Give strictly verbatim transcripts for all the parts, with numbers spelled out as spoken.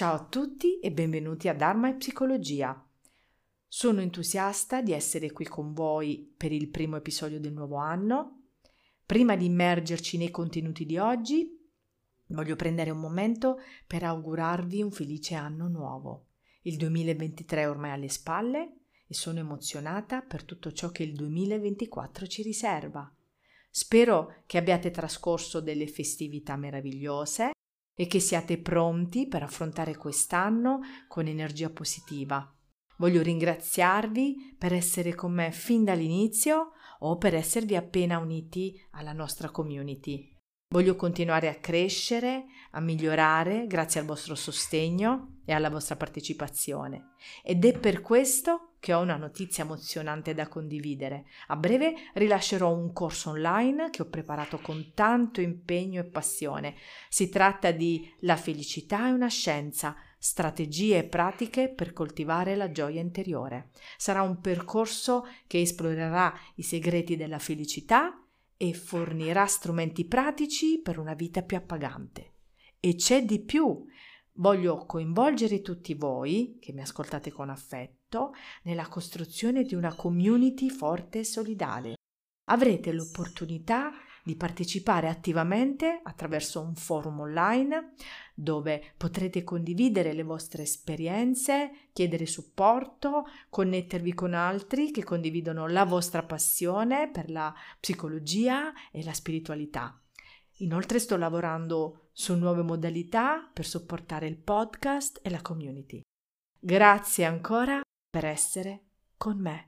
Ciao a tutti e benvenuti a Dharma e Psicologia. Sono entusiasta di essere qui con voi per il primo episodio del nuovo anno. Prima di immergerci nei contenuti di oggi, voglio prendere un momento per augurarvi un felice anno nuovo. Il duemilaventitré è ormai alle spalle e sono emozionata per tutto ciò che il duemilaventiquattro ci riserva. Spero che abbiate trascorso delle festività meravigliose e che siate pronti per affrontare quest'anno con energia positiva. Voglio ringraziarvi per essere con me fin dall'inizio o per esservi appena uniti alla nostra community. Voglio continuare a crescere, a migliorare grazie al vostro sostegno e alla vostra partecipazione. Ed è per questo che ho una notizia emozionante da condividere. A breve rilascerò un corso online che ho preparato con tanto impegno e passione. Si tratta di La felicità è una scienza, strategie e pratiche per coltivare la gioia interiore. Sarà un percorso che esplorerà i segreti della felicità e fornirà strumenti pratici per una vita più appagante. E c'è di più. Voglio coinvolgere tutti voi, che mi ascoltate con affetto, nella costruzione di una community forte e solidale. Avrete l'opportunità di partecipare attivamente attraverso un forum online dove potrete condividere le vostre esperienze, chiedere supporto, connettervi con altri che condividono la vostra passione per la psicologia e la spiritualità. Inoltre sto lavorando su nuove modalità per supportare il podcast e la community. Grazie ancora per essere con me.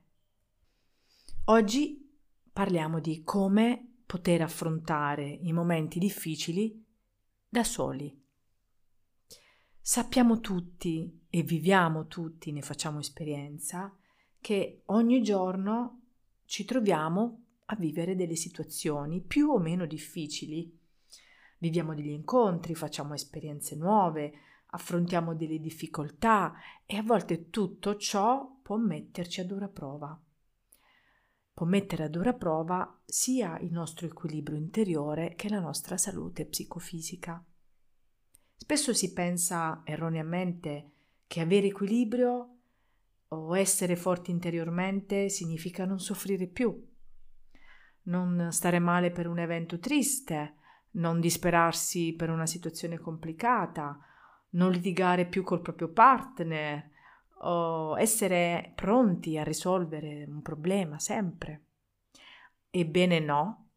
Oggi parliamo di come poter affrontare i momenti difficili da soli. Sappiamo tutti e viviamo tutti, ne facciamo esperienza, che ogni giorno ci troviamo a vivere delle situazioni più o meno difficili. Viviamo degli incontri, facciamo esperienze nuove, affrontiamo delle difficoltà e a volte tutto ciò può metterci a dura prova. Può mettere a dura prova sia il nostro equilibrio interiore che la nostra salute psicofisica. Spesso si pensa erroneamente che avere equilibrio o essere forti interiormente significa non soffrire più, non stare male per un evento triste, non disperarsi per una situazione complicata, non litigare più col proprio partner o essere pronti a risolvere un problema sempre. Ebbene no.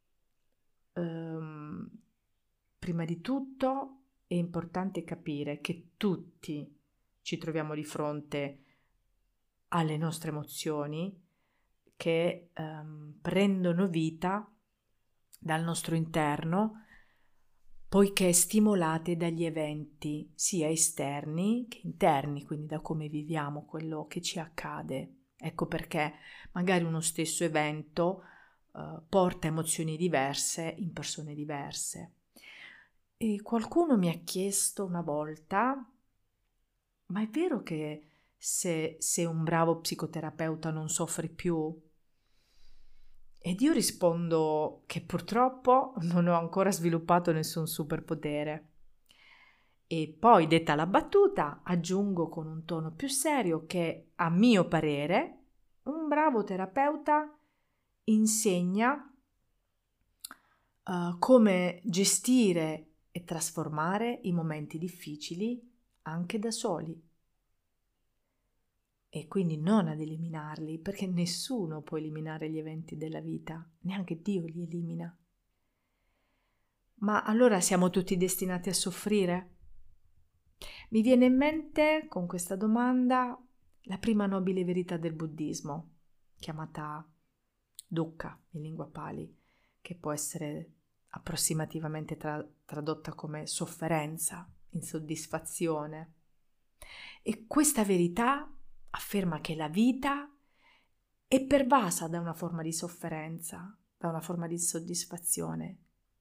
Ehm, prima di tutto è importante capire che tutti ci troviamo di fronte alle nostre emozioni che ehm, prendono vita dal nostro interno, poiché stimolate dagli eventi sia esterni che interni, quindi da come viviamo quello che ci accade. Ecco perché magari uno stesso evento uh, porta emozioni diverse in persone diverse. E qualcuno mi ha chiesto una volta: ma è vero che se sei un bravo psicoterapeuta non soffri più? Ed io rispondo che purtroppo non ho ancora sviluppato nessun superpotere. E poi, detta la battuta, aggiungo con un tono più serio che, a mio parere, un bravo terapeuta insegna uh, come gestire e trasformare i momenti difficili anche da soli. E quindi non ad eliminarli, perché nessuno può eliminare gli eventi della vita, neanche Dio li elimina. Ma allora siamo tutti destinati a soffrire? Mi viene in mente con questa domanda la prima nobile verità del buddismo, chiamata dukkha in lingua pali, che può essere approssimativamente tra- tradotta come sofferenza, insoddisfazione. E questa verità afferma che la vita è pervasa da una forma di sofferenza, da una forma di insoddisfazione,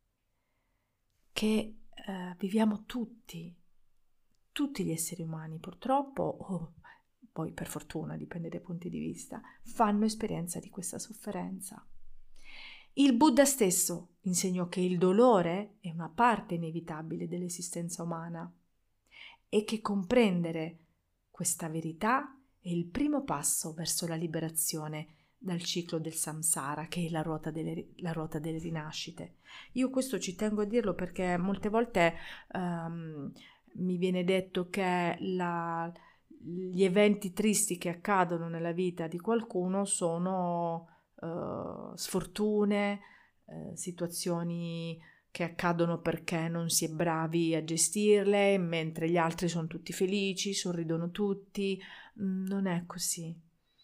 che eh, viviamo tutti, tutti gli esseri umani purtroppo, o poi per fortuna, dipende dai punti di vista, fanno esperienza di questa sofferenza. Il Buddha stesso insegnò che il dolore è una parte inevitabile dell'esistenza umana e che comprendere questa verità è il primo passo verso la liberazione dal ciclo del samsara, che è la ruota delle, la ruota delle rinascite. Io questo ci tengo a dirlo perché molte volte um, mi viene detto che la, gli eventi tristi che accadono nella vita di qualcuno sono uh, sfortune, uh, situazioni che accadono perché non si è bravi a gestirle, mentre gli altri sono tutti felici, sorridono tutti. Non è così.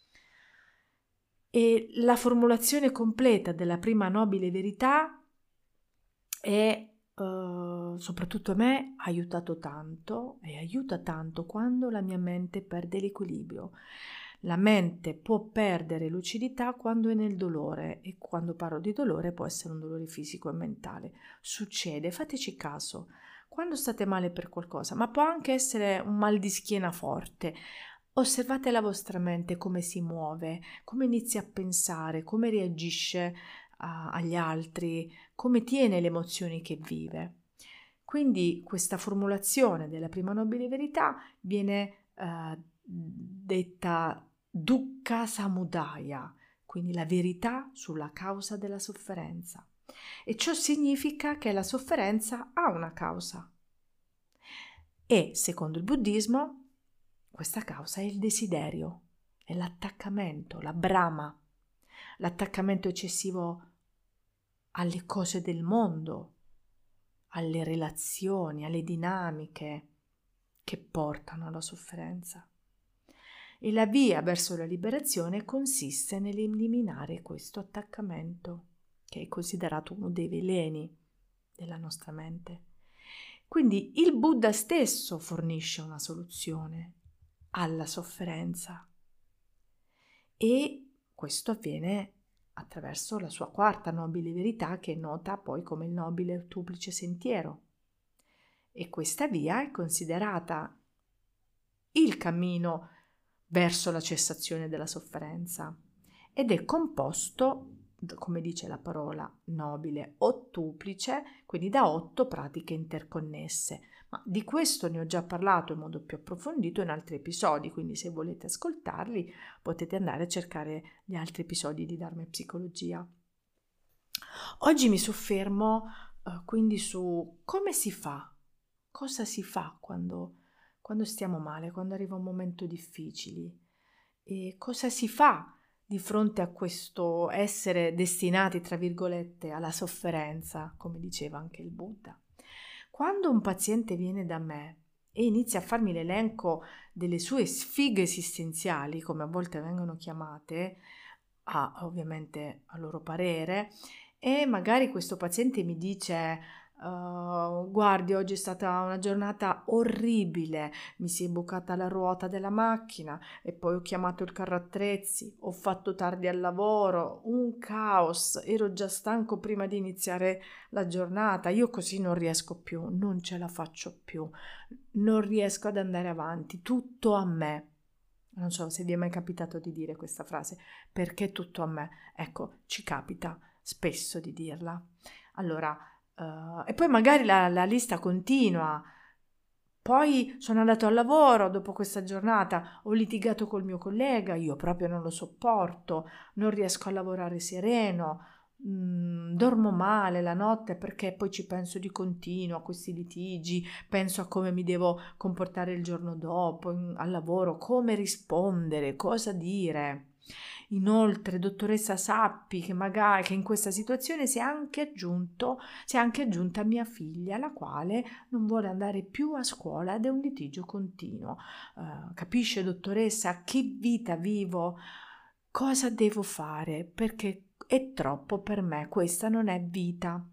E la formulazione completa della prima nobile verità è, uh, soprattutto a me, ha aiutato tanto e aiuta tanto quando la mia mente perde l'equilibrio. La mente può perdere lucidità quando è nel dolore, e quando parlo di dolore può essere un dolore fisico e mentale. Succede, fateci caso, quando state male per qualcosa, ma può anche essere un mal di schiena forte. Osservate la vostra mente come si muove, come inizia a pensare, come reagisce a, agli altri, come tiene le emozioni che vive. Quindi questa formulazione della prima nobile verità viene eh, detta dukkha samudaya, quindi la verità sulla causa della sofferenza. E ciò significa che la sofferenza ha una causa. E, secondo il buddismo, questa causa è il desiderio, è l'attaccamento, la brama, l'attaccamento eccessivo alle cose del mondo, alle relazioni, alle dinamiche che portano alla sofferenza. E la via verso la liberazione consiste nell'eliminare questo attaccamento, che è considerato uno dei veleni della nostra mente. Quindi il Buddha stesso fornisce una soluzione alla sofferenza e questo avviene attraverso la sua quarta nobile verità, che è nota poi come il nobile ottuplice sentiero, e questa via è considerata il cammino verso la cessazione della sofferenza ed è composto, come dice la parola nobile, ottuplice, quindi da otto pratiche interconnesse. Ma di questo ne ho già parlato in modo più approfondito in altri episodi, quindi se volete ascoltarli potete andare a cercare gli altri episodi di Dharma e Psicologia. Oggi mi soffermo uh, quindi su come si fa, cosa si fa quando, quando stiamo male, quando arriva un momento difficile, e cosa si fa di fronte a questo essere destinati, tra virgolette, alla sofferenza, come diceva anche il Buddha. Quando un paziente viene da me e inizia a farmi l'elenco delle sue sfighe esistenziali, come a volte vengono chiamate, a, ovviamente a loro parere, e magari questo paziente mi dice uh, guardi, oggi è stata una giornata orribile, mi si è bucata la ruota della macchina e poi ho chiamato il carro attrezzi, ho fatto tardi al lavoro, un caos, ero già stanco prima di iniziare la giornata, io così non riesco più, non ce la faccio più, non riesco ad andare avanti, tutto a me. Non so se vi è mai capitato di dire questa frase, perché tutto a me? Ecco, ci capita spesso di dirla. Allora, uh, e poi magari la, la lista continua. Poi sono andato al lavoro dopo questa giornata, ho litigato col mio collega, io proprio non lo sopporto, non riesco a lavorare sereno, mh, dormo male la notte perché poi ci penso di continuo a questi litigi, penso a come mi devo comportare il giorno dopo in, al lavoro, come rispondere, cosa dire. Inoltre, dottoressa, sappi che magari che in questa situazione si è anche aggiunto, si è anche aggiunta mia figlia, la quale non vuole andare più a scuola ed è un litigio continuo. Uh, capisce, dottoressa, che vita vivo? Cosa devo fare? Perché è troppo per me, questa non è vita.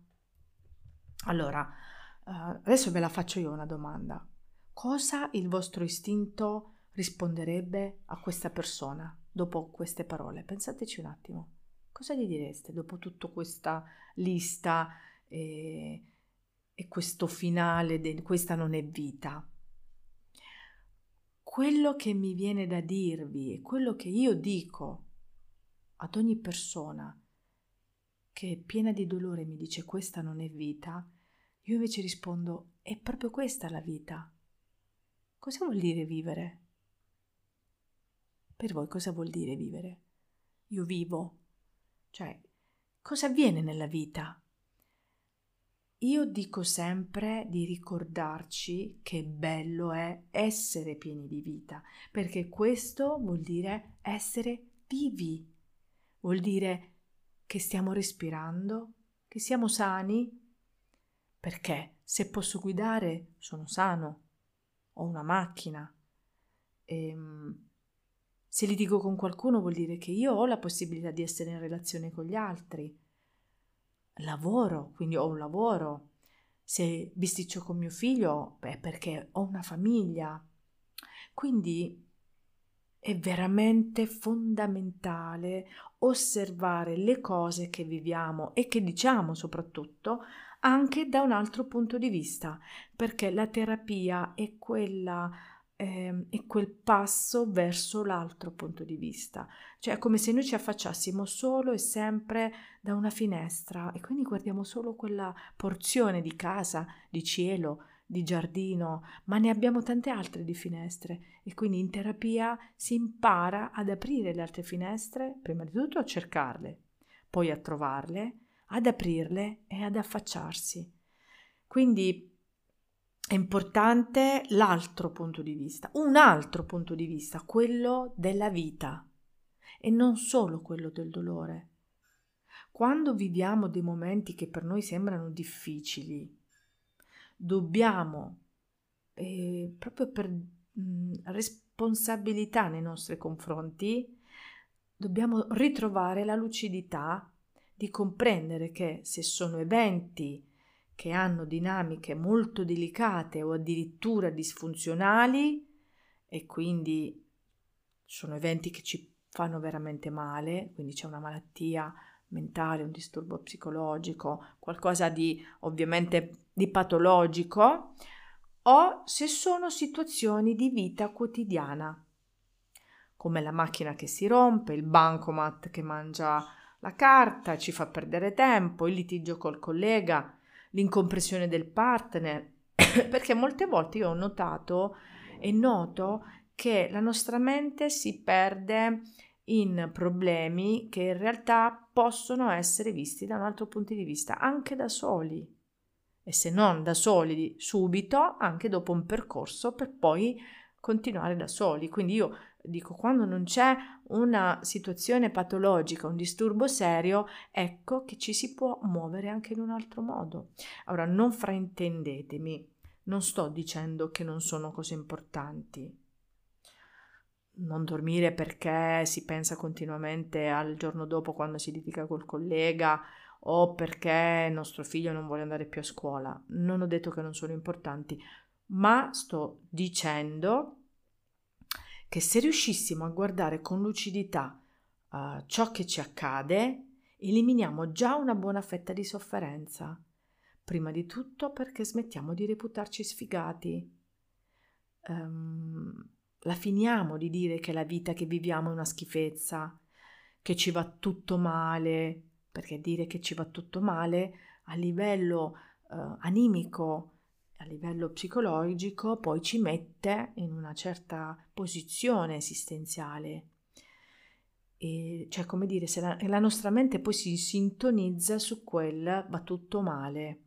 Allora, uh, adesso ve la faccio io una domanda. Cosa il vostro istinto risponderebbe a questa persona dopo queste parole? Pensateci un attimo. Cosa gli direste dopo tutta questa lista e, e questo finale di questa non è vita? Quello che mi viene da dirvi e quello che io dico ad ogni persona che è piena di dolore mi dice questa non è vita, io invece rispondo è proprio questa la vita. Cosa vuol dire vivere? Per voi cosa vuol dire vivere? Io vivo. Cioè, cosa avviene nella vita? Io dico sempre di ricordarci che bello è essere pieni di vita, perché questo vuol dire essere vivi, vuol dire che stiamo respirando, che siamo sani, perché se posso guidare sono sano, ho una macchina. E, se litigo con qualcuno vuol dire che io ho la possibilità di essere in relazione con gli altri. Lavoro, quindi ho un lavoro. Se bisticcio con mio figlio, beh, perché ho una famiglia. Quindi è veramente fondamentale osservare le cose che viviamo e che diciamo soprattutto anche da un altro punto di vista, perché la terapia è quella eh, è quel passo verso l'altro punto di vista, cioè è come se noi ci affacciassimo solo e sempre da una finestra e quindi guardiamo solo quella porzione di casa, di cielo, di giardino, ma ne abbiamo tante altre di finestre e quindi in terapia si impara ad aprire le altre finestre, prima di tutto a cercarle, poi a trovarle, ad aprirle e ad affacciarsi. Quindi è importante l'altro punto di vista, un altro punto di vista, quello della vita e non solo quello del dolore. Quando viviamo dei momenti che per noi sembrano difficili, dobbiamo, eh, proprio per mh, responsabilità nei nostri confronti, dobbiamo ritrovare la lucidità di comprendere che se sono eventi che hanno dinamiche molto delicate o addirittura disfunzionali e quindi sono eventi che ci fanno veramente male, quindi c'è una malattia mentale, un disturbo psicologico, qualcosa di ovviamente di patologico, o se sono situazioni di vita quotidiana, come la macchina che si rompe, il bancomat che mangia la carta, ci fa perdere tempo, il litigio col collega, l'incomprensione del partner, perché molte volte io ho notato e noto che la nostra mente si perde in problemi che in realtà possono essere visti da un altro punto di vista, anche da soli, e se non da soli subito, anche dopo un percorso per poi continuare da soli. Quindi io dico, quando non c'è una situazione patologica, un disturbo serio, ecco che ci si può muovere anche in un altro modo. Ora, non fraintendetemi, non sto dicendo che non sono cose importanti. Non dormire perché si pensa continuamente al giorno dopo quando si litiga col collega o perché il nostro figlio non vuole andare più a scuola. Non ho detto che non sono importanti, ma sto dicendo che se riuscissimo a guardare con lucidità uh, ciò che ci accade, eliminiamo già una buona fetta di sofferenza. Prima di tutto perché smettiamo di reputarci sfigati. Um, la finiamo di dire che la vita che viviamo è una schifezza, che ci va tutto male, perché dire che ci va tutto male a livello uh, animico, a livello psicologico, poi ci mette in una certa posizione esistenziale. E, cioè, come dire, se la, la nostra mente poi si sintonizza su quel va tutto male.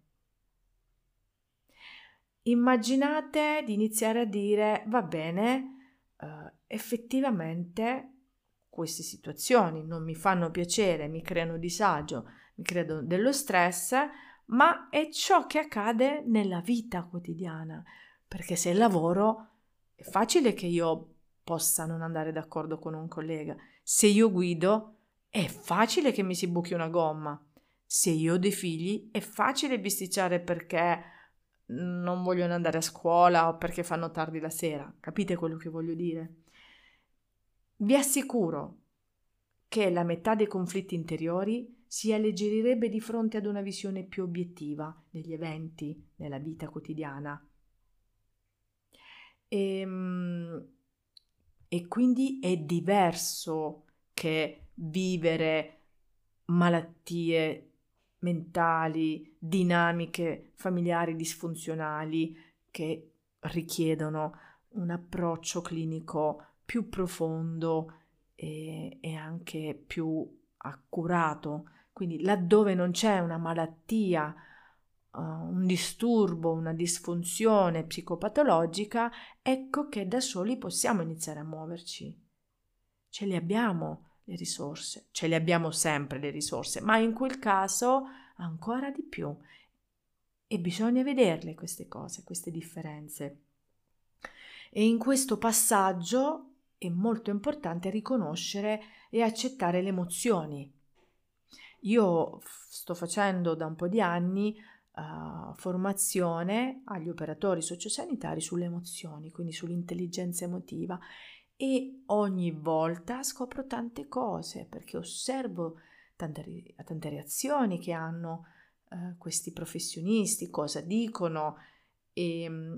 Immaginate di iniziare a dire, va bene, eh, effettivamente queste situazioni non mi fanno piacere, mi creano disagio, mi creano dello stress, ma è ciò che accade nella vita quotidiana, perché se lavoro è facile che io possa non andare d'accordo con un collega, se io guido è facile che mi si buchi una gomma, se io ho dei figli è facile bisticciare perché non vogliono andare a scuola o perché fanno tardi la sera, capite quello che voglio dire? Vi assicuro che la metà dei conflitti interiori si alleggerirebbe di fronte ad una visione più obiettiva degli eventi nella vita quotidiana. E, e quindi è diverso che vivere malattie mentali, dinamiche familiari disfunzionali che richiedono un approccio clinico più profondo e, e anche più accurato. Quindi laddove non c'è una malattia, uh, un disturbo, una disfunzione psicopatologica, ecco che da soli possiamo iniziare a muoverci. Ce le abbiamo le risorse, ce le abbiamo sempre le risorse, ma in quel caso ancora di più. E bisogna vederle queste cose, queste differenze. E in questo passaggio è molto importante riconoscere e accettare le emozioni. Io sto facendo da un po' di anni uh, formazione agli operatori sociosanitari sulle emozioni, quindi sull'intelligenza emotiva, e ogni volta scopro tante cose perché osservo tante, tante reazioni che hanno uh, questi professionisti, cosa dicono e,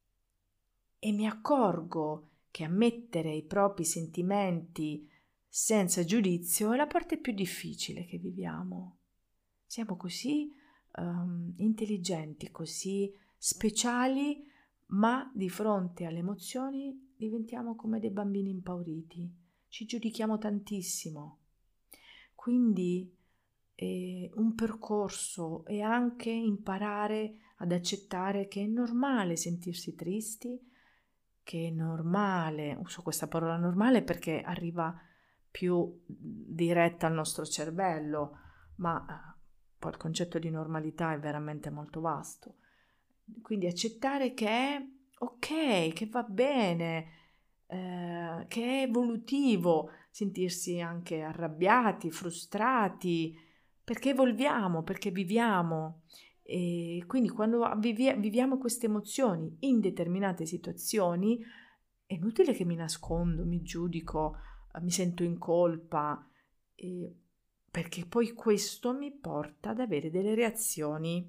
e mi accorgo che ammettere i propri sentimenti senza giudizio è la parte più difficile che viviamo. Siamo così um, intelligenti, così speciali, ma di fronte alle emozioni diventiamo come dei bambini impauriti, ci giudichiamo tantissimo. Quindi eh, un percorso è anche imparare ad accettare che è normale sentirsi tristi, che è normale, uso questa parola normale perché arriva più diretta al nostro cervello, ma poi il concetto di normalità è veramente molto vasto. Quindi accettare che è ok, che va bene, eh, che è evolutivo sentirsi anche arrabbiati, frustrati, perché evolviamo, perché viviamo. E quindi quando vivi- viviamo queste emozioni in determinate situazioni, è inutile che mi nascondo, mi giudico, mi sento in colpa, eh, perché poi questo mi porta ad avere delle reazioni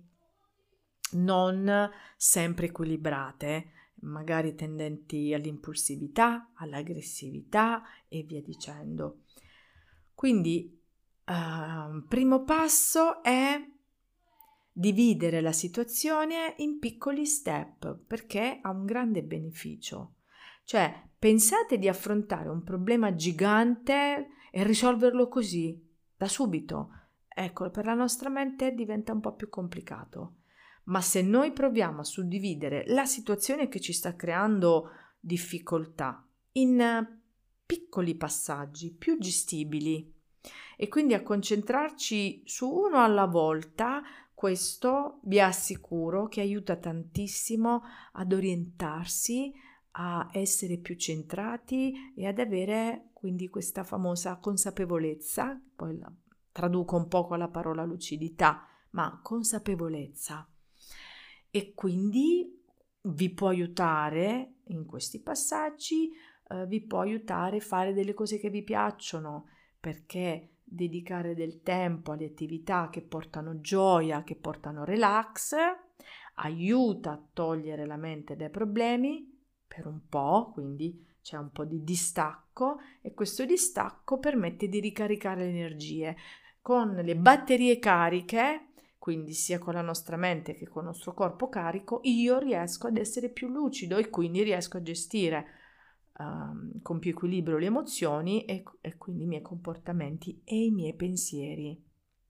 non sempre equilibrate, magari tendenti all'impulsività, all'aggressività e via dicendo. Quindi, uh, primo passo è dividere la situazione in piccoli step perché ha un grande beneficio. Cioè, pensate di affrontare un problema gigante e risolverlo così, da subito. Ecco, per la nostra mente diventa un po' più complicato. Ma se noi proviamo a suddividere la situazione che ci sta creando difficoltà in piccoli passaggi più gestibili e quindi a concentrarci su uno alla volta, questo vi assicuro che aiuta tantissimo ad orientarsi, a essere più centrati e ad avere quindi questa famosa consapevolezza, poi la traduco un po' con la parola lucidità, ma consapevolezza. E quindi vi può aiutare in questi passaggi, eh, vi può aiutare a fare delle cose che vi piacciono, perché dedicare del tempo alle attività che portano gioia, che portano relax, aiuta a togliere la mente dai problemi per un po', quindi c'è un po' di distacco e questo distacco permette di ricaricare le energie. Con le batterie cariche, quindi sia con la nostra mente che con il nostro corpo carico, io riesco ad essere più lucido e quindi riesco a gestire uh, con più equilibrio le emozioni e, e quindi i miei comportamenti e i miei pensieri.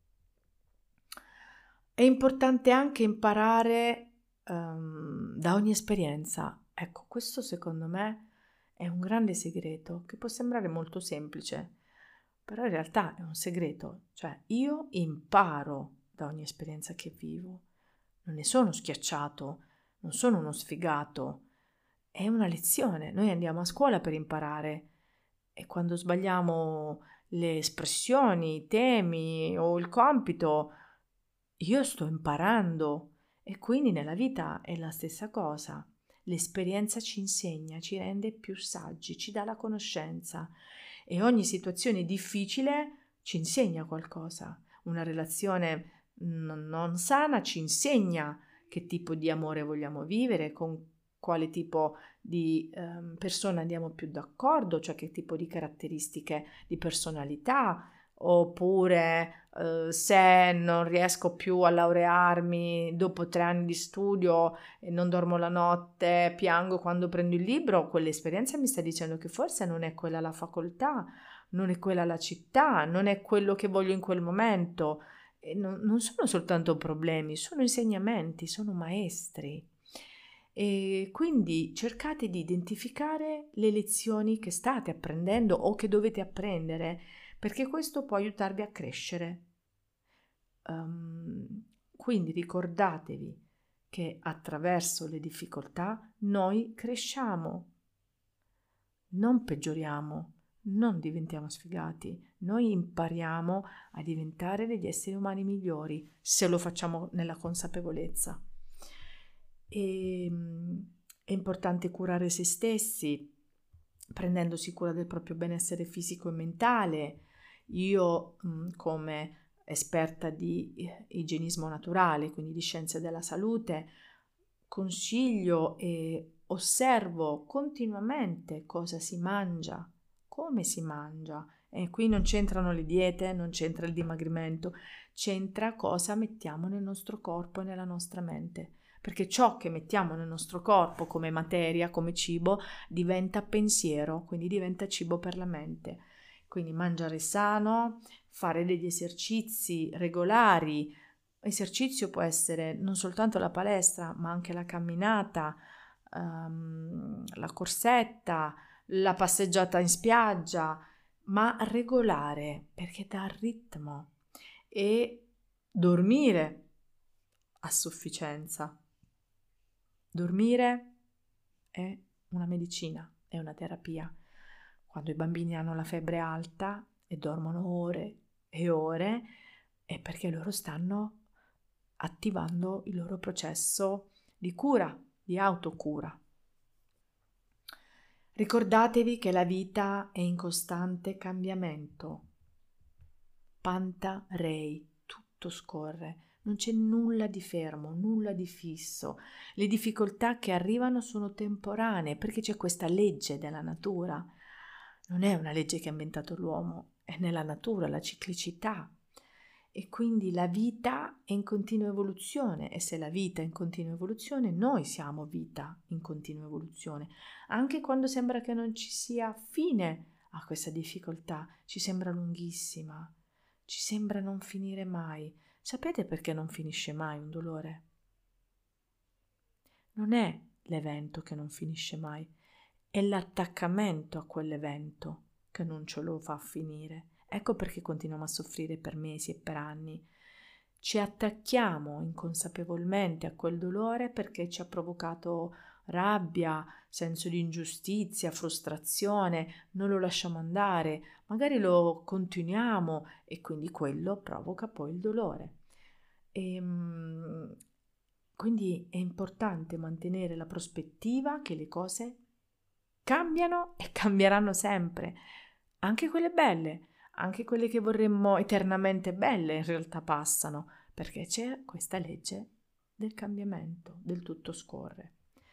È importante anche imparare um, da ogni esperienza. Ecco, questo secondo me è un grande segreto che può sembrare molto semplice, però in realtà è un segreto. Cioè, io imparo da ogni esperienza che vivo. Non ne sono schiacciato, non sono uno sfigato. È una lezione. Noi andiamo a scuola per imparare e quando sbagliamo le espressioni, i temi o il compito, io sto imparando e quindi nella vita è la stessa cosa. L'esperienza ci insegna, ci rende più saggi, ci dà la conoscenza e ogni situazione difficile ci insegna qualcosa. Una relazione non sana ci insegna che tipo di amore vogliamo vivere, con quale tipo di um, persona andiamo più d'accordo, cioè che tipo di caratteristiche di personalità, oppure eh, se non riesco più a laurearmi dopo tre anni di studio e non dormo la notte, piango quando prendo il libro, quell'esperienza mi sta dicendo che forse non è quella la facoltà, non è quella la città, non è quello che voglio in quel momento. E non, non sono soltanto problemi, sono insegnamenti, sono maestri. E quindi cercate di identificare le lezioni che state apprendendo o che dovete apprendere, perché questo può aiutarvi a crescere. Um, quindi ricordatevi che attraverso le difficoltà noi cresciamo, non peggioriamo, non diventiamo sfigati, noi impariamo a diventare degli esseri umani migliori se lo facciamo nella consapevolezza. E, è importante curare se stessi, prendendosi cura del proprio benessere fisico e mentale. Io, come esperta di igienismo naturale, quindi di scienze della salute, consiglio e osservo continuamente cosa si mangia, come si mangia. E qui non c'entrano le diete, non c'entra il dimagrimento, c'entra cosa mettiamo nel nostro corpo e nella nostra mente. Perché ciò che mettiamo nel nostro corpo come materia, come cibo, diventa pensiero, quindi diventa cibo per la mente. Quindi mangiare sano, fare degli esercizi regolari. Esercizio può essere non soltanto la palestra, ma anche la camminata, um, la corsetta, la passeggiata in spiaggia, ma regolare, perché dà ritmo, e dormire a sufficienza. Dormire è una medicina, è una terapia. Quando i bambini hanno la febbre alta e dormono ore e ore, è perché loro stanno attivando il loro processo di cura, di autocura. Ricordatevi che la vita è in costante cambiamento. Panta rei, tutto scorre. Non c'è nulla di fermo, nulla di fisso. Le difficoltà che arrivano sono temporanee perché c'è questa legge della natura. Non è una legge che ha inventato l'uomo, è nella natura, la ciclicità. E quindi la vita è in continua evoluzione, e se la vita è in continua evoluzione, noi siamo vita in continua evoluzione. Anche quando sembra che non ci sia fine a questa difficoltà, ci sembra lunghissima, ci sembra non finire mai. Sapete perché non finisce mai un dolore? Non è l'evento che non finisce mai, è l'attaccamento a quell'evento che non ce lo fa finire. Ecco perché continuiamo a soffrire per mesi e per anni. Ci attacchiamo inconsapevolmente a quel dolore perché ci ha provocato rabbia, senso di ingiustizia, frustrazione, non lo lasciamo andare, magari lo continuiamo e quindi quello provoca poi il dolore. E, quindi è importante mantenere la prospettiva che le cose cambiano e cambieranno sempre, anche quelle belle, anche quelle che vorremmo eternamente belle in realtà passano, perché c'è questa legge del cambiamento, del tutto scorre.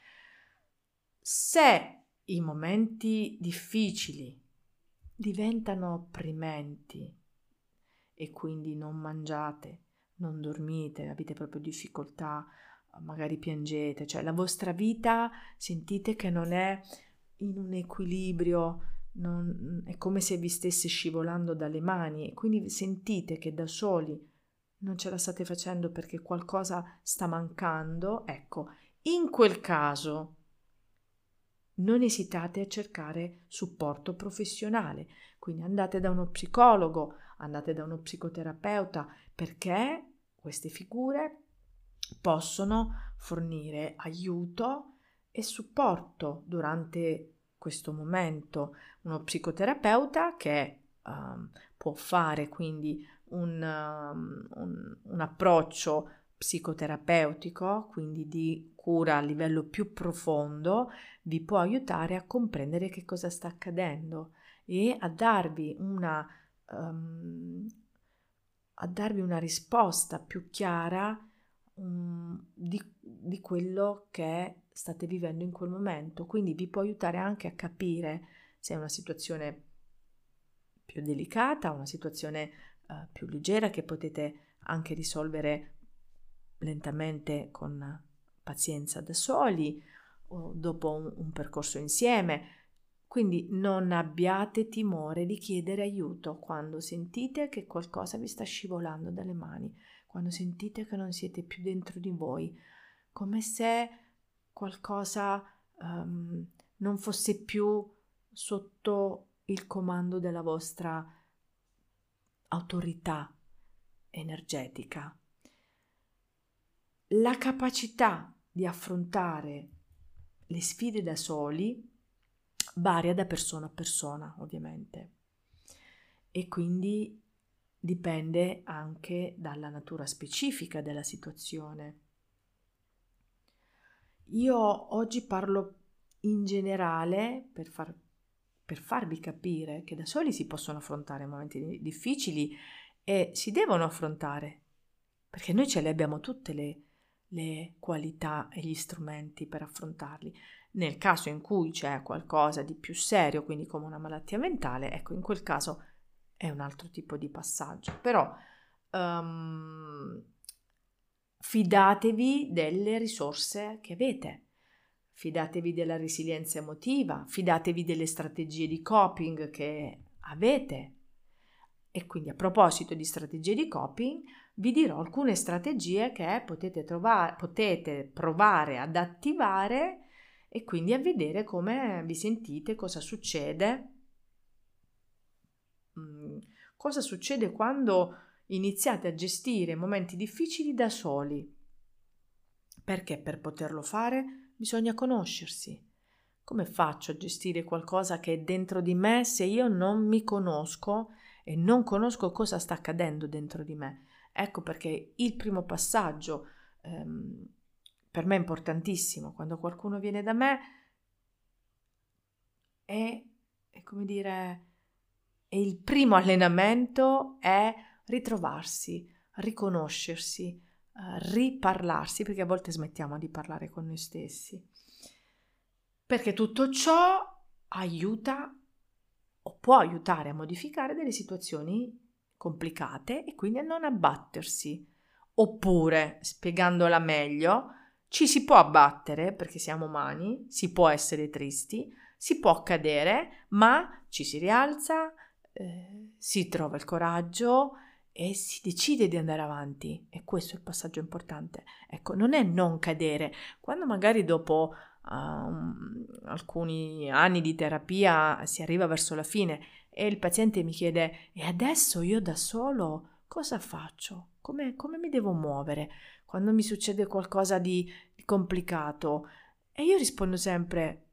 Se i momenti difficili diventano opprimenti e quindi non mangiate, non dormite, avete proprio difficoltà, magari piangete, cioè la vostra vita sentite che non è in un equilibrio, non, è come se vi stesse scivolando dalle mani e quindi sentite che da soli non ce la state facendo perché qualcosa sta mancando, ecco, in quel caso non esitate a cercare supporto professionale, quindi andate da uno psicologo, andate da uno psicoterapeuta, perché queste figure possono fornire aiuto e supporto durante questo momento. Uno psicoterapeuta che um, può fare quindi un, um, un, un approccio psicoterapeutico, quindi di cura a livello più profondo, vi può aiutare a comprendere che cosa sta accadendo e a darvi una, um, a darvi una risposta più chiara um, di, di quello che state vivendo in quel momento. Quindi vi può aiutare anche a capire se è una situazione più delicata, una situazione uh, più leggera che potete anche risolvere lentamente con pazienza da soli o dopo un, un percorso insieme. Quindi non abbiate timore di chiedere aiuto quando sentite che qualcosa vi sta scivolando dalle mani, quando sentite che non siete più dentro di voi, come se qualcosa um, non fosse più sotto il comando della vostra autorità energetica. La capacità di affrontare le sfide da soli varia da persona a persona, ovviamente, e quindi dipende anche dalla natura specifica della situazione. Io oggi parlo in generale per, far, per farvi capire che da soli si possono affrontare momenti difficili e si devono affrontare, perché noi ce le abbiamo tutte le, le qualità e gli strumenti per affrontarli. Nel caso in cui c'è qualcosa di più serio, quindi come una malattia mentale, ecco, in quel caso è un altro tipo di passaggio. Però um, fidatevi delle risorse che avete, fidatevi della resilienza emotiva, fidatevi delle strategie di coping che avete. E quindi a proposito di strategie di coping, vi dirò alcune strategie che potete, trovare, potete provare ad attivare e quindi a vedere come vi sentite, cosa succede, mm, cosa succede quando iniziate a gestire momenti difficili da soli. Perché per poterlo fare bisogna conoscersi. Come faccio a gestire qualcosa che è dentro di me se io non mi conosco e non conosco cosa sta accadendo dentro di me? Ecco perché il primo passaggio ehm, per me è importantissimo. Quando qualcuno viene da me è, è come dire, è il primo allenamento è ritrovarsi, riconoscersi, eh, riparlarsi, perché a volte smettiamo di parlare con noi stessi. Perché tutto ciò aiuta o può aiutare a modificare delle situazioni complicate e quindi a non abbattersi. Oppure, spiegandola meglio, ci si può abbattere perché siamo umani, si può essere tristi, si può cadere, ma ci si rialza, eh, si trova il coraggio e si decide di andare avanti. E questo è il passaggio importante. Ecco, non è non cadere. Quando magari dopo uh, alcuni anni di terapia si arriva verso la fine e il paziente mi chiede: e adesso io da solo cosa faccio? Come, come mi devo muovere quando mi succede qualcosa di, di complicato? E io rispondo sempre: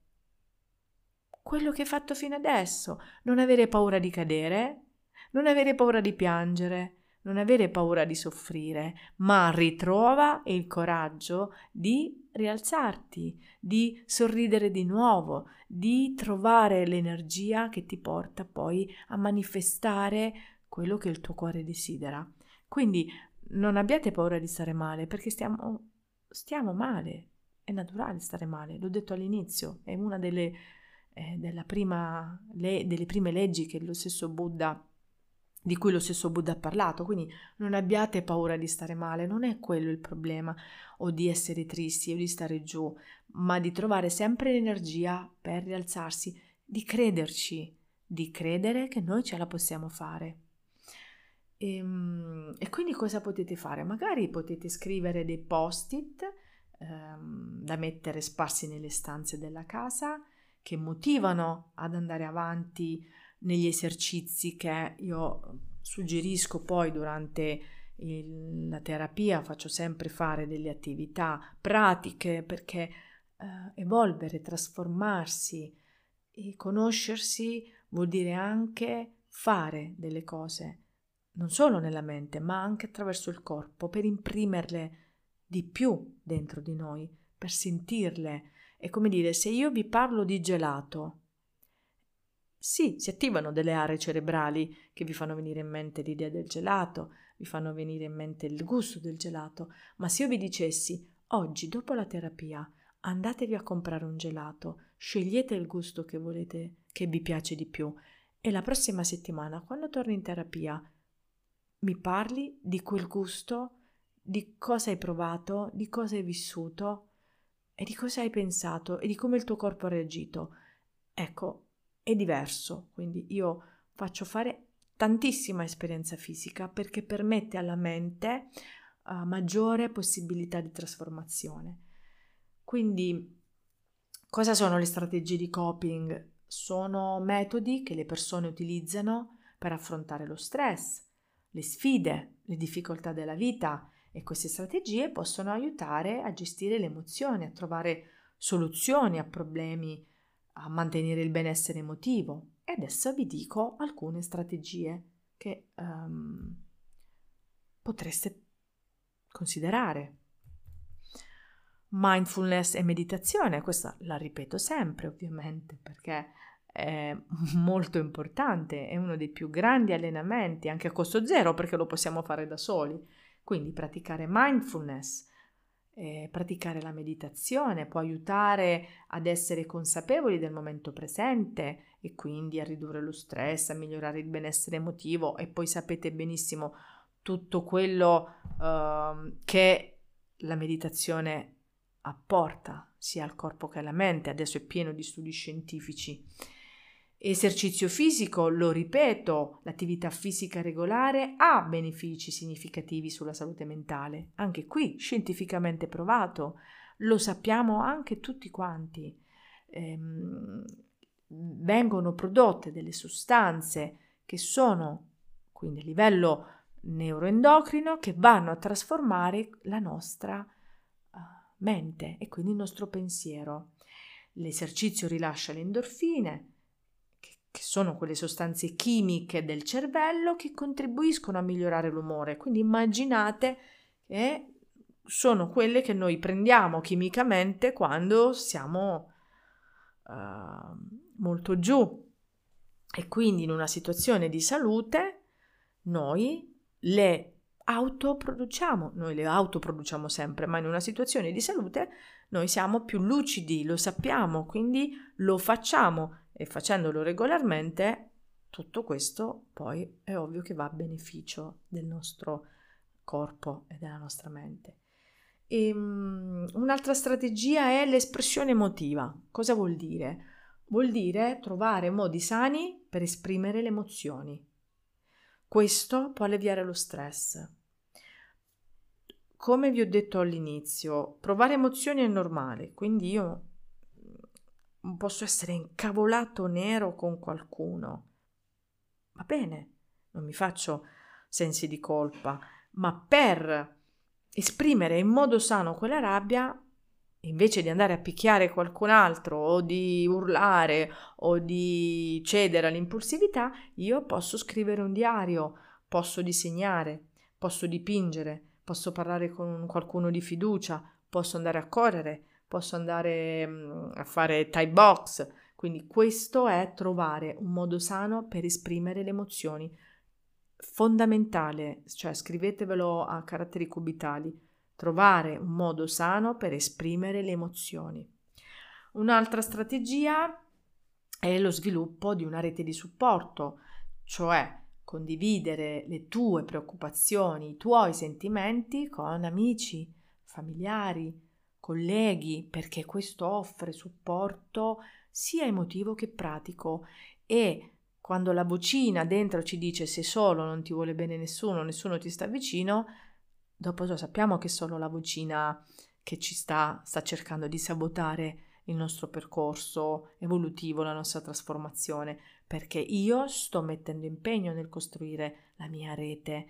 quello che hai fatto fino adesso, non avere paura di cadere, non avere paura di piangere, non avere paura di soffrire, ma ritrova il coraggio di rialzarti, di sorridere di nuovo, di trovare l'energia che ti porta poi a manifestare quello che il tuo cuore desidera. Quindi non abbiate paura di stare male, perché stiamo, stiamo male, è naturale stare male, l'ho detto all'inizio, è una delle, eh, della prima, le, delle prime leggi che lo stesso Buddha di cui lo stesso Buddha ha parlato, quindi non abbiate paura di stare male, non è quello il problema, o di essere tristi o di stare giù, ma di trovare sempre l'energia per rialzarsi, di crederci, di credere che noi ce la possiamo fare. E, e quindi cosa potete fare? Magari potete scrivere dei post-it ehm, da mettere sparsi nelle stanze della casa che motivano ad andare avanti negli esercizi che io suggerisco poi durante il, la terapia. Faccio sempre fare delle attività pratiche perché eh, evolvere, trasformarsi e conoscersi vuol dire anche fare delle cose, non solo nella mente, ma anche attraverso il corpo, per imprimerle di più dentro di noi, per sentirle. È come dire, se io vi parlo di gelato, sì, si attivano delle aree cerebrali che vi fanno venire in mente l'idea del gelato, vi fanno venire in mente il gusto del gelato, ma se io vi dicessi, oggi dopo la terapia, andatevi a comprare un gelato, scegliete il gusto che volete, che vi piace di più E la prossima settimana, quando torni in terapia, mi parli di quel gusto, di cosa hai provato, di cosa hai vissuto e di cosa hai pensato e di come il tuo corpo ha reagito. Ecco, è diverso, quindi io faccio fare tantissima esperienza fisica perché permette alla mente uh, maggiore possibilità di trasformazione. Quindi, cosa sono le strategie di coping? Sono metodi che le persone utilizzano per affrontare lo stress, le sfide, le difficoltà della vita, e queste strategie possono aiutare a gestire le emozioni, a trovare soluzioni a problemi, a mantenere il benessere emotivo. E adesso vi dico alcune strategie che um, potreste considerare. Mindfulness e meditazione, questa la ripeto sempre ovviamente perché è molto importante, è uno dei più grandi allenamenti anche a costo zero perché lo possiamo fare da soli. Quindi praticare mindfulness, eh, praticare la meditazione può aiutare ad essere consapevoli del momento presente e quindi a ridurre lo stress, a migliorare il benessere emotivo. E poi sapete benissimo tutto quello uh, che la meditazione apporta sia al corpo che alla mente. Adesso è pieno di studi scientifici. Esercizio fisico, lo ripeto, l'attività fisica regolare ha benefici significativi sulla salute mentale. Anche qui scientificamente provato, lo sappiamo anche tutti quanti. Ehm, vengono prodotte delle sostanze che sono quindi a livello neuroendocrino che vanno a trasformare la nostra uh, mente e quindi il nostro pensiero. L'esercizio rilascia le endorfine, che, che sono quelle sostanze chimiche del cervello che contribuiscono a migliorare l'umore. Quindi immaginate che sono quelle che noi prendiamo chimicamente quando siamo uh, molto giù. E quindi in una situazione di salute noi le autoproduciamo, noi le autoproduciamo sempre, ma in una situazione di salute noi siamo più lucidi, lo sappiamo, quindi lo facciamo e facendolo regolarmente tutto questo poi è ovvio che va a beneficio del nostro corpo e della nostra mente. E, um, un'altra strategia è l'espressione emotiva. Cosa vuol dire? Vuol dire trovare modi sani per esprimere le emozioni. Questo può alleviare lo stress. Come vi ho detto all'inizio, provare emozioni è normale, quindi io posso essere incavolato nero con qualcuno. Va bene, non mi faccio sensi di colpa, ma per esprimere in modo sano quella rabbia, invece di andare a picchiare qualcun altro o di urlare o di cedere all'impulsività, io posso scrivere un diario, posso disegnare, posso dipingere, posso parlare con qualcuno di fiducia, posso andare a correre, posso andare um, a fare Thai box. Quindi questo è trovare un modo sano per esprimere le emozioni. Fondamentale, cioè scrivetevelo a caratteri cubitali. Trovare un modo sano per esprimere le emozioni. Un'altra strategia è lo sviluppo di una rete di supporto, cioè condividere le tue preoccupazioni, i tuoi sentimenti con amici, familiari, colleghi, perché questo offre supporto sia emotivo che pratico. E quando la vocina dentro ci dice sei solo, non ti vuole bene nessuno, nessuno ti sta vicino, dopo lo sappiamo che è solo la vocina che ci sta, sta cercando di sabotare il nostro percorso evolutivo, la nostra trasformazione, perché io sto mettendo impegno nel costruire la mia rete,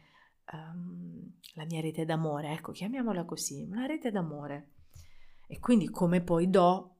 um, la mia rete d'amore, ecco, chiamiamola così, una rete d'amore. E quindi come poi do,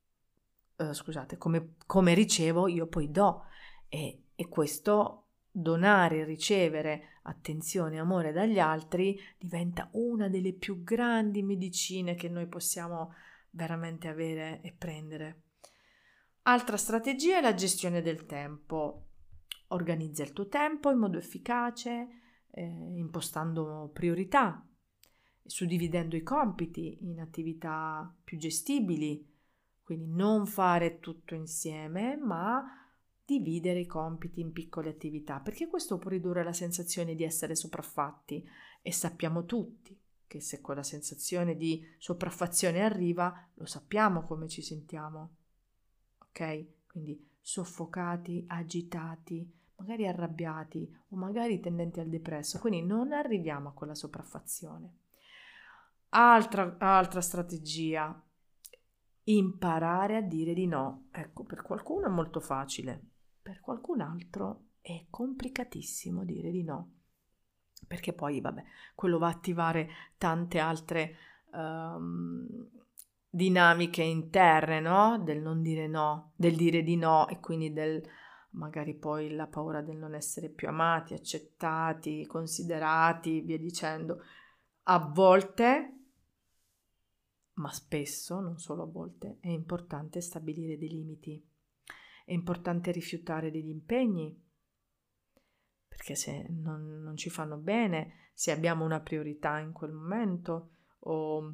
uh, scusate, come, come ricevo, io poi do. E, e questo donare e ricevere attenzione e amore dagli altri diventa una delle più grandi medicine che noi possiamo veramente avere e prendere. Altra strategia è la gestione del tempo. Organizza il tuo tempo in modo efficace, eh, impostando priorità, suddividendo i compiti in attività più gestibili, quindi non fare tutto insieme, ma dividere i compiti in piccole attività, perché questo può ridurre la sensazione di essere sopraffatti e sappiamo tutti che se quella sensazione di sopraffazione arriva, lo sappiamo come ci sentiamo, ok? Quindi soffocati, agitati, magari arrabbiati o magari tendenti al depresso, quindi non arriviamo a quella sopraffazione. Altra, altra strategia, imparare a dire di no. Ecco, per qualcuno è molto facile, per qualcun altro è complicatissimo dire di no, perché poi, vabbè, quello va a attivare tante altre um, dinamiche interne, no? Del non dire no, del dire di no e quindi del magari poi la paura del non essere più amati, accettati, considerati, via dicendo. A volte, ma spesso, non solo a volte, è importante stabilire dei limiti. È importante rifiutare degli impegni, perché se non, non ci fanno bene, se abbiamo una priorità in quel momento, o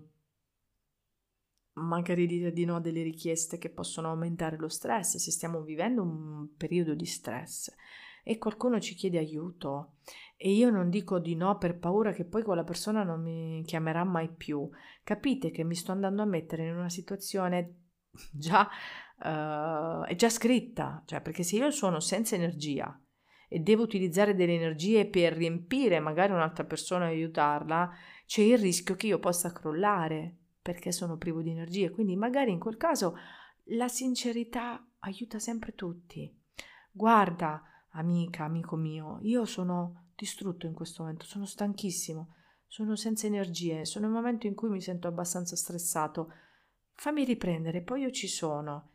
magari dire di no a delle richieste che possono aumentare lo stress, se stiamo vivendo un periodo di stress e qualcuno ci chiede aiuto e io non dico di no per paura che poi quella persona non mi chiamerà mai più, capite che mi sto andando a mettere in una situazione già, uh, è già scritta, cioè perché se io sono senza energia e devo utilizzare delle energie per riempire magari un'altra persona e aiutarla, c'è il rischio che io possa crollare perché sono privo di energie. Quindi magari in quel caso la sincerità aiuta sempre tutti. Guarda, amica, amico mio, io sono distrutto in questo momento, sono stanchissimo, sono senza energie, sono in un momento in cui mi sento abbastanza stressato. Fammi riprendere, poi io ci sono.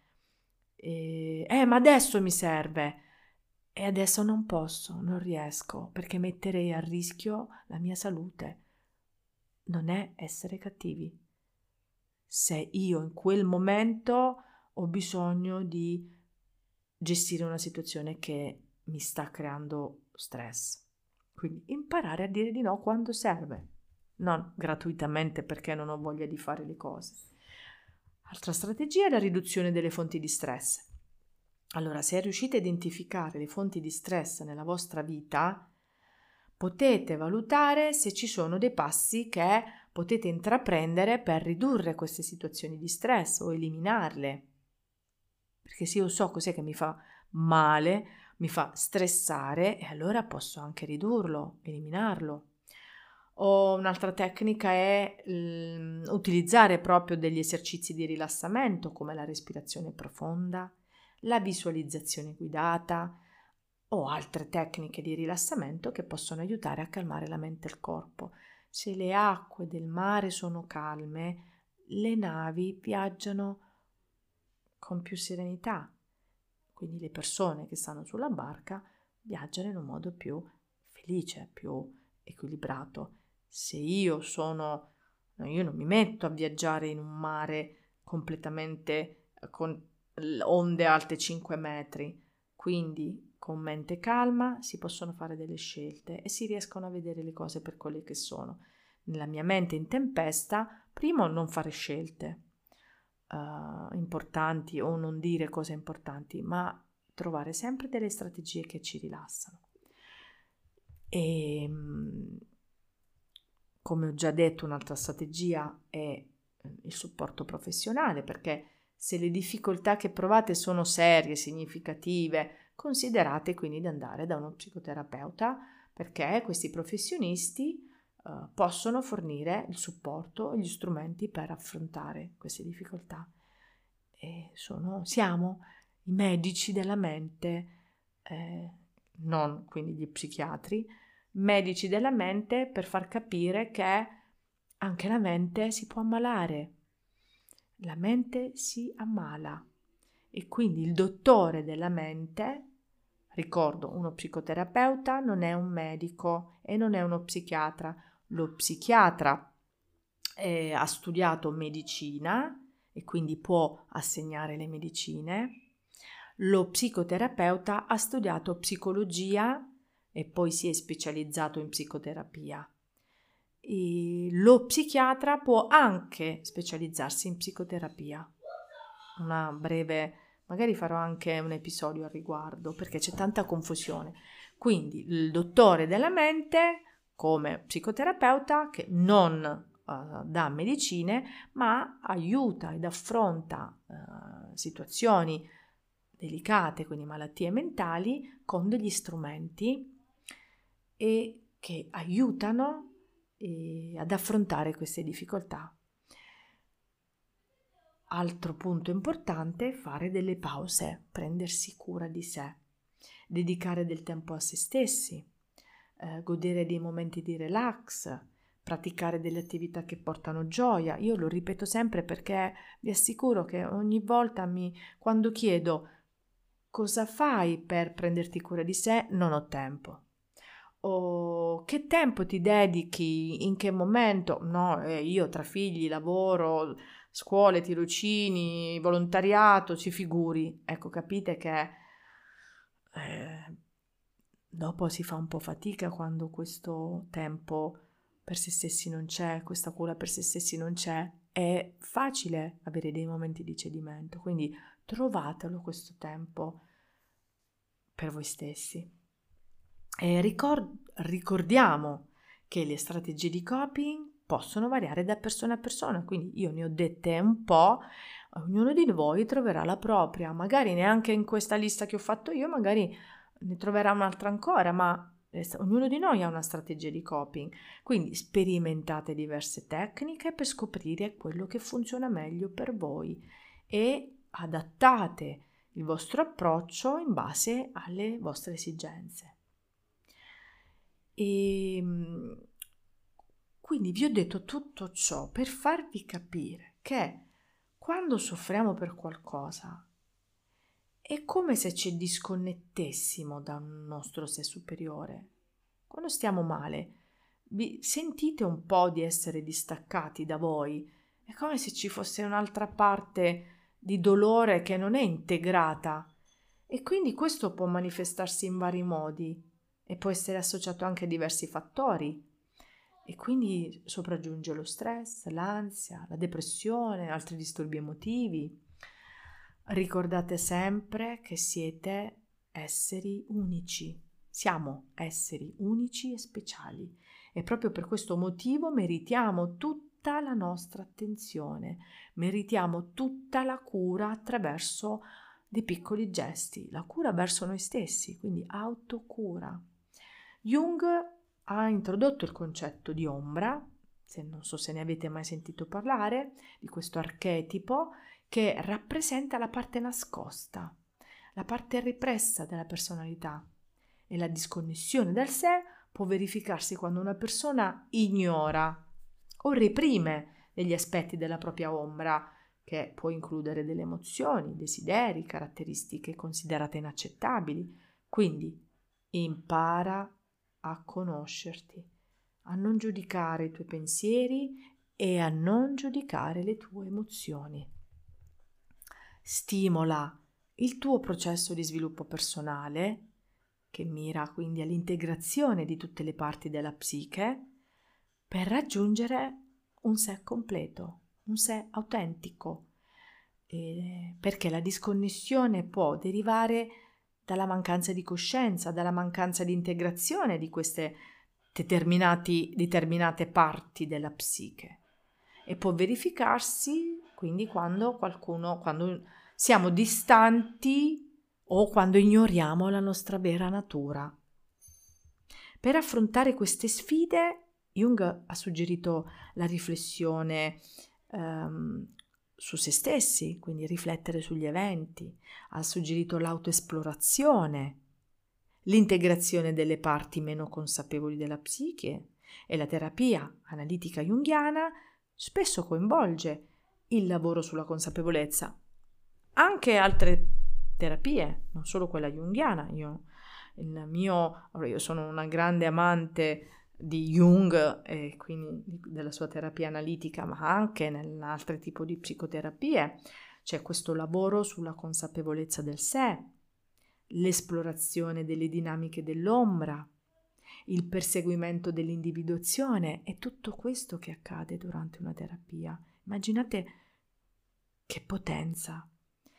E, eh, ma adesso mi serve. E adesso non posso, non riesco, perché metterei a rischio la mia salute. Non è essere cattivi. Se io in quel momento ho bisogno di gestire una situazione che mi sta creando stress. Quindi imparare a dire di no quando serve, non gratuitamente perché non ho voglia di fare le cose. Altra strategia è la riduzione delle fonti di stress. Allora, se riuscite a identificare le fonti di stress nella vostra vita, potete valutare se ci sono dei passi che potete intraprendere per ridurre queste situazioni di stress o eliminarle. Perché se io so cos'è che mi fa male, mi fa stressare, e allora posso anche ridurlo, eliminarlo. O un'altra tecnica è l- utilizzare proprio degli esercizi di rilassamento come la respirazione profonda, la visualizzazione guidata o altre tecniche di rilassamento che possono aiutare a calmare la mente e il corpo. Se le acque del mare sono calme, le navi viaggiano con più serenità, quindi le persone che stanno sulla barca viaggiano in un modo più felice, più equilibrato. Se io sono, no, io non mi metto a viaggiare in un mare completamente con onde alte cinque metri, quindi con mente calma si possono fare delle scelte e si riescono a vedere le cose per quelle che sono. Nella mia mente in tempesta, primo non fare scelte uh, importanti o non dire cose importanti, ma trovare sempre delle strategie che ci rilassano. E come ho già detto, un'altra strategia è il supporto professionale, perché se le difficoltà che provate sono serie, significative, considerate quindi di andare da uno psicoterapeuta, perché questi professionisti uh, possono fornire il supporto e gli strumenti per affrontare queste difficoltà. E sono, siamo i medici della mente, eh, non quindi gli psichiatri, medici della mente per far capire che anche la mente si può ammalare. La mente si ammala e quindi il dottore della mente, ricordo, uno psicoterapeuta non è un medico e non è uno psichiatra. Lo psichiatra eh, ha studiato medicina e quindi può assegnare le medicine. Lo psicoterapeuta ha studiato psicologia e poi si è specializzato in psicoterapia. E lo psichiatra può anche specializzarsi in psicoterapia. Una breve Magari farò anche un episodio al riguardo perché c'è tanta confusione. Quindi il dottore della mente come psicoterapeuta che non uh, dà medicine ma aiuta ed affronta uh, situazioni delicate, quindi malattie mentali, con degli strumenti e che aiutano eh, ad affrontare queste difficoltà. Altro punto importante è fare delle pause, prendersi cura di sé, dedicare del tempo a se stessi, eh, godere dei momenti di relax, praticare delle attività che portano gioia. Io lo ripeto sempre perché vi assicuro che ogni volta mi, quando chiedo cosa fai per prenderti cura di sé, non ho tempo. O che tempo ti dedichi, in che momento? No, eh, io tra figli, lavoro, scuole, tirocini, volontariato, ci figuri. Ecco, capite che eh, dopo si fa un po' fatica quando questo tempo per se stessi non c'è, questa cura per se stessi non c'è. È facile avere dei momenti di cedimento, quindi trovatelo questo tempo per voi stessi. E ricord- ricordiamo che le strategie di coping possono variare da persona a persona, quindi io ne ho dette un po', ognuno di voi troverà la propria, magari neanche in questa lista che ho fatto io, magari ne troverà un'altra ancora, ma ognuno di noi ha una strategia di coping, quindi sperimentate diverse tecniche per scoprire quello che funziona meglio per voi e adattate il vostro approccio in base alle vostre esigenze. E quindi vi ho detto tutto ciò per farvi capire che quando soffriamo per qualcosa è come se ci disconnettessimo da un nostro sé superiore. Quando stiamo male, vi sentite un po' di essere distaccati da voi, è come se ci fosse un'altra parte di dolore che non è integrata e quindi questo può manifestarsi in vari modi e può essere associato anche a diversi fattori e quindi sopraggiunge lo stress, l'ansia, la depressione, altri disturbi emotivi. Ricordate sempre che siete esseri unici, siamo esseri unici e speciali e proprio per questo motivo meritiamo tutta la nostra attenzione, meritiamo tutta la cura attraverso dei piccoli gesti, la cura verso noi stessi, quindi autocura. Jung ha introdotto il concetto di ombra, se non so se ne avete mai sentito parlare, di questo archetipo che rappresenta la parte nascosta, la parte repressa della personalità e la disconnessione dal sé può verificarsi quando una persona ignora o reprime degli aspetti della propria ombra, che può includere delle emozioni, desideri, caratteristiche considerate inaccettabili. Quindi impara a conoscerti, a non giudicare i tuoi pensieri e a non giudicare le tue emozioni. Stimola il tuo processo di sviluppo personale, che mira quindi all'integrazione di tutte le parti della psiche, per raggiungere un sé completo, un sé autentico, eh, perché la disconnessione può derivare dalla mancanza di coscienza, dalla mancanza di integrazione di queste determinati, determinate parti della psiche e può verificarsi quindi quando qualcuno, quando siamo distanti o quando ignoriamo la nostra vera natura. Per affrontare queste sfide, Jung ha suggerito la riflessione ehm, su se stessi, quindi riflettere sugli eventi, ha suggerito l'autoesplorazione, l'integrazione delle parti meno consapevoli della psiche e la terapia analitica junghiana spesso coinvolge il lavoro sulla consapevolezza. Anche altre terapie, non solo quella junghiana. Io, il mio, io sono una grande amante di Jung e quindi della sua terapia analitica, ma anche nell'altro tipo di psicoterapie c'è questo lavoro sulla consapevolezza del sé, l'esplorazione delle dinamiche dell'ombra, il perseguimento dell'individuazione e tutto questo che accade durante una terapia. Immaginate che potenza!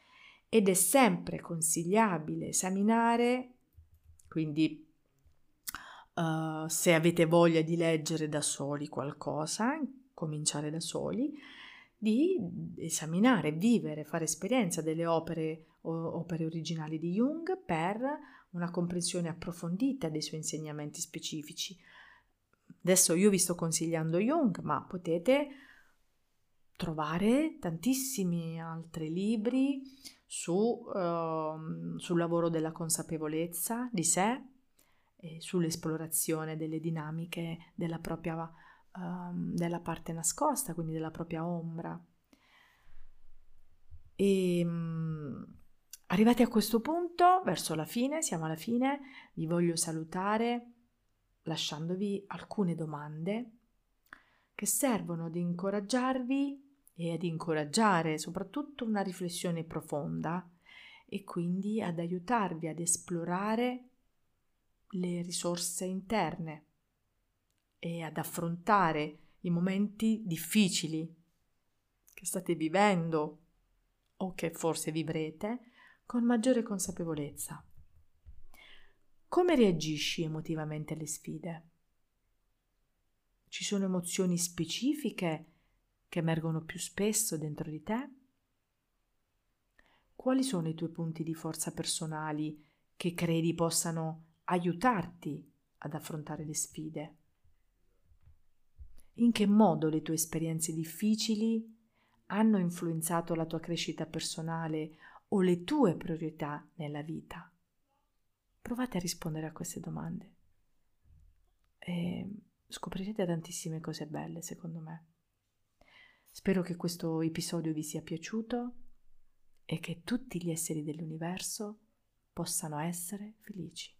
ed è sempre consigliabile esaminare, quindi uh, se avete voglia di leggere da soli qualcosa, cominciare da soli, di esaminare, vivere, fare esperienza delle opere o opere originali di Jung per una comprensione approfondita dei suoi insegnamenti specifici. Adesso io vi sto consigliando Jung, ma potete trovare tantissimi altri libri su, uh, sul lavoro della consapevolezza di sé e sull'esplorazione delle dinamiche della propria uh, della parte nascosta, quindi della propria ombra. E um, arrivati a questo punto, verso la fine, siamo alla fine, vi voglio salutare lasciandovi alcune domande che servono ad incoraggiarvi e ad incoraggiare soprattutto una riflessione profonda e quindi ad aiutarvi ad esplorare le risorse interne e ad affrontare i momenti difficili che state vivendo o che forse vivrete con maggiore consapevolezza. Come reagisci emotivamente alle sfide? Ci sono emozioni specifiche che emergono più spesso dentro di te? Quali sono i tuoi punti di forza personali che credi possano aiutarti ad affrontare le sfide? In che modo le tue esperienze difficili hanno influenzato la tua crescita personale o le tue priorità nella vita? Provate a rispondere a queste domande e scoprirete tantissime cose belle, secondo me. Spero che questo episodio vi sia piaciuto e che tutti gli esseri dell'universo possano essere felici.